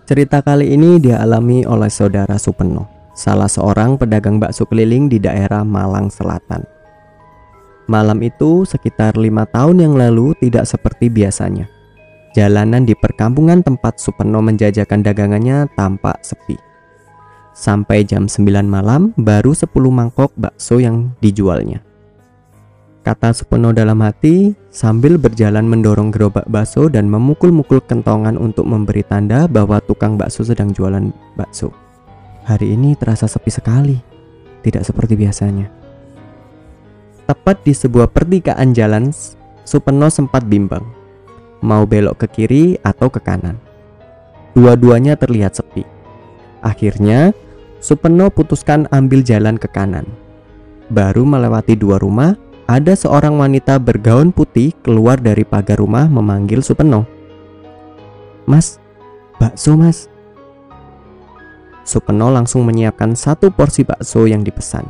Cerita kali ini dialami oleh saudara Supeno, salah seorang pedagang bakso keliling di daerah Malang Selatan. Malam itu sekitar 5 tahun yang lalu tidak seperti biasanya. Jalanan di perkampungan tempat Supeno menjajakan dagangannya tampak sepi. Sampai jam 9 malam baru 10 mangkok bakso yang dijualnya. Kata Supeno dalam hati sambil berjalan mendorong gerobak bakso dan memukul-mukul kentongan untuk memberi tanda bahwa tukang bakso sedang jualan bakso. Hari ini terasa sepi sekali, tidak seperti biasanya. Tepat di sebuah pertigaan jalan, Supeno sempat bimbang, mau belok ke kiri atau ke kanan. Dua-duanya terlihat sepi. Akhirnya, Supeno putuskan ambil jalan ke kanan. Baru melewati 2 rumah, ada seorang wanita bergaun putih keluar dari pagar rumah memanggil Supeno. "Mas, bakso mas." Supeno langsung menyiapkan 1 porsi bakso yang dipesan.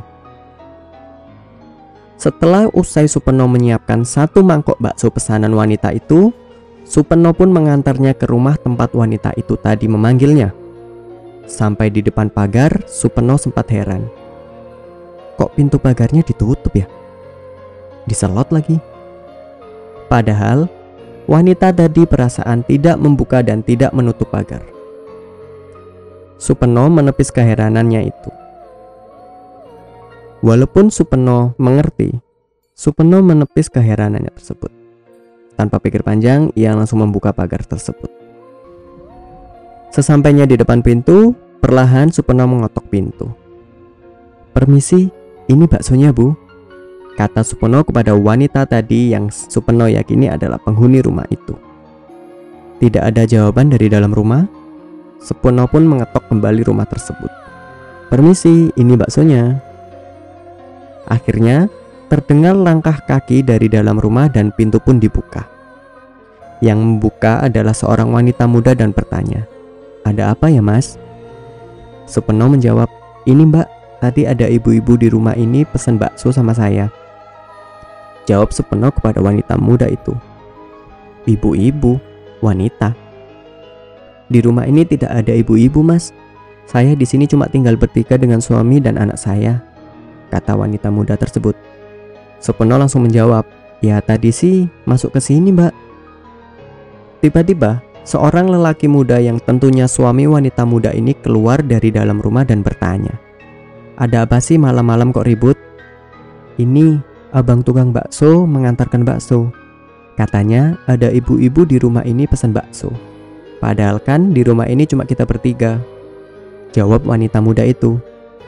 Setelah usai Supeno menyiapkan 1 mangkok bakso pesanan wanita itu, Supeno pun mengantarnya ke rumah tempat wanita itu tadi memanggilnya. Sampai di depan pagar, Supeno sempat heran. Kok pintu pagarnya ditutup ya? Diselot lagi. Padahal wanita tadi perasaan tidak membuka dan tidak menutup pagar. Supeno menepis keheranannya itu. Walaupun Supeno mengerti, Supeno menepis keheranannya tersebut. Tanpa pikir panjang, ia langsung membuka pagar tersebut. Sesampainya di depan pintu, perlahan Supeno mengotok pintu. "Permisi, ini baksonya bu," kata Supeno kepada wanita tadi yang Supeno yakini adalah penghuni rumah itu. Tidak ada jawaban dari dalam rumah. Supeno pun mengetok kembali rumah tersebut. "Permisi, ini baksonya." Akhirnya terdengar langkah kaki dari dalam rumah dan pintu pun dibuka. Yang membuka adalah seorang wanita muda dan bertanya, "Ada apa ya mas?" Supeno menjawab, "Ini mbak, tadi ada ibu-ibu di rumah ini pesan bakso sama saya." Jawab Supeno kepada wanita muda itu. "Ibu-ibu? Wanita? Di rumah ini tidak ada ibu-ibu mas. Saya di sini cuma tinggal bertiga dengan suami dan anak saya," kata wanita muda tersebut. Supeno langsung menjawab, "Ya tadi sih masuk ke sini mbak." Tiba-tiba seorang lelaki muda yang tentunya suami wanita muda ini keluar dari dalam rumah dan bertanya, "Ada apa sih malam-malam kok ribut?" "Ini abang tukang bakso mengantarkan bakso. Katanya ada ibu-ibu di rumah ini pesan bakso. Padahal kan di rumah ini cuma kita bertiga," jawab wanita muda itu.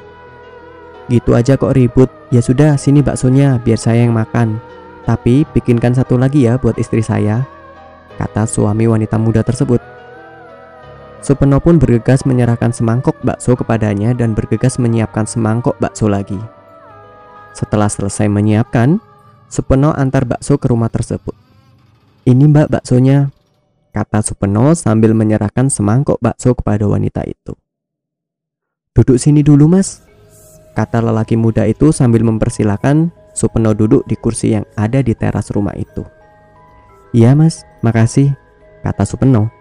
"Gitu aja kok ribut. Ya sudah, sini baksonya biar saya yang makan. Tapi bikinkan 1 lagi ya buat istri saya," kata suami wanita muda tersebut. Supeno pun bergegas menyerahkan semangkok bakso kepadanya dan bergegas menyiapkan semangkok bakso lagi. Setelah selesai menyiapkan, Supeno antar bakso ke rumah tersebut. "Ini mbak baksonya," kata Supeno sambil menyerahkan semangkok bakso kepada wanita itu. "Duduk sini dulu mas," kata lelaki muda itu sambil mempersilahkan Supeno duduk di kursi yang ada di teras rumah itu. "Iya mas, makasih," kata Supeno.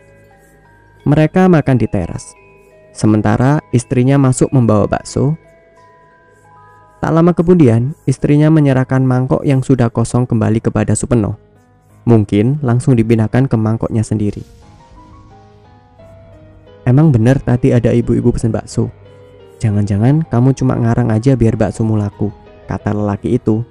Mereka makan di teras. Sementara istrinya masuk membawa bakso. Tak lama kemudian, istrinya menyerahkan mangkok yang sudah kosong kembali kepada Supeno. Mungkin langsung dipindahkan ke mangkoknya sendiri. "Emang bener tadi ada ibu-ibu pesan bakso? Jangan-jangan kamu cuma ngarang aja biar baksomu laku," kata lelaki itu.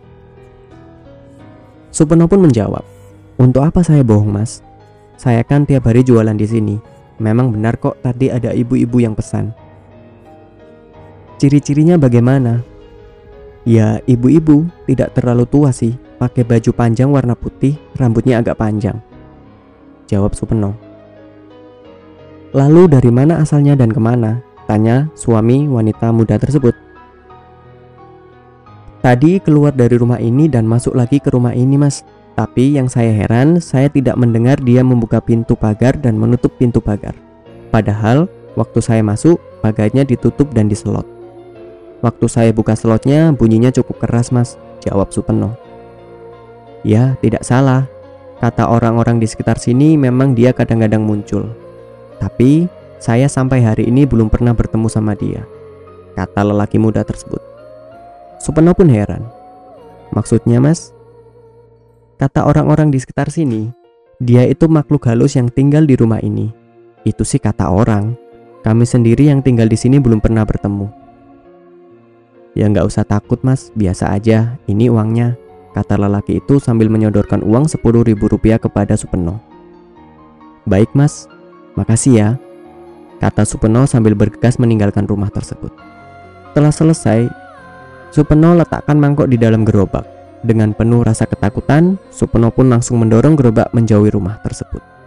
Supeno pun menjawab, "Untuk apa saya bohong mas? Saya kan tiap hari jualan di sini. Memang benar kok tadi ada ibu-ibu yang pesan." "Ciri-cirinya bagaimana?" "Ya ibu-ibu, tidak terlalu tua sih, pakai baju panjang warna putih, rambutnya agak panjang," jawab Supeno. "Lalu dari mana asalnya dan kemana?" tanya suami wanita muda tersebut. "Tadi keluar dari rumah ini dan masuk lagi ke rumah ini mas. Tapi yang saya heran, saya tidak mendengar dia membuka pintu pagar dan menutup pintu pagar. Padahal waktu saya masuk, pagarnya ditutup dan diselot. Waktu saya buka slotnya, bunyinya cukup keras mas," jawab Supeno. "Ya tidak salah, kata orang-orang di sekitar sini memang dia kadang-kadang muncul. Tapi saya sampai hari ini belum pernah bertemu sama dia, kata lelaki muda tersebut. Supeno pun heran. Maksudnya mas? Kata orang-orang di sekitar sini, dia itu makhluk halus yang tinggal di rumah ini. Itu sih kata orang. Kami sendiri yang tinggal di sini belum pernah bertemu. Ya nggak usah takut mas, biasa aja, ini uangnya, kata lelaki itu sambil menyodorkan uang 10.000 rupiah kepada Supeno. Baik mas, makasih ya, kata Supeno sambil bergegas meninggalkan rumah tersebut. Setelah selesai, Supeno letakkan mangkok di dalam gerobak. Dengan penuh rasa ketakutan, Supeno pun langsung mendorong gerobak menjauhi rumah tersebut.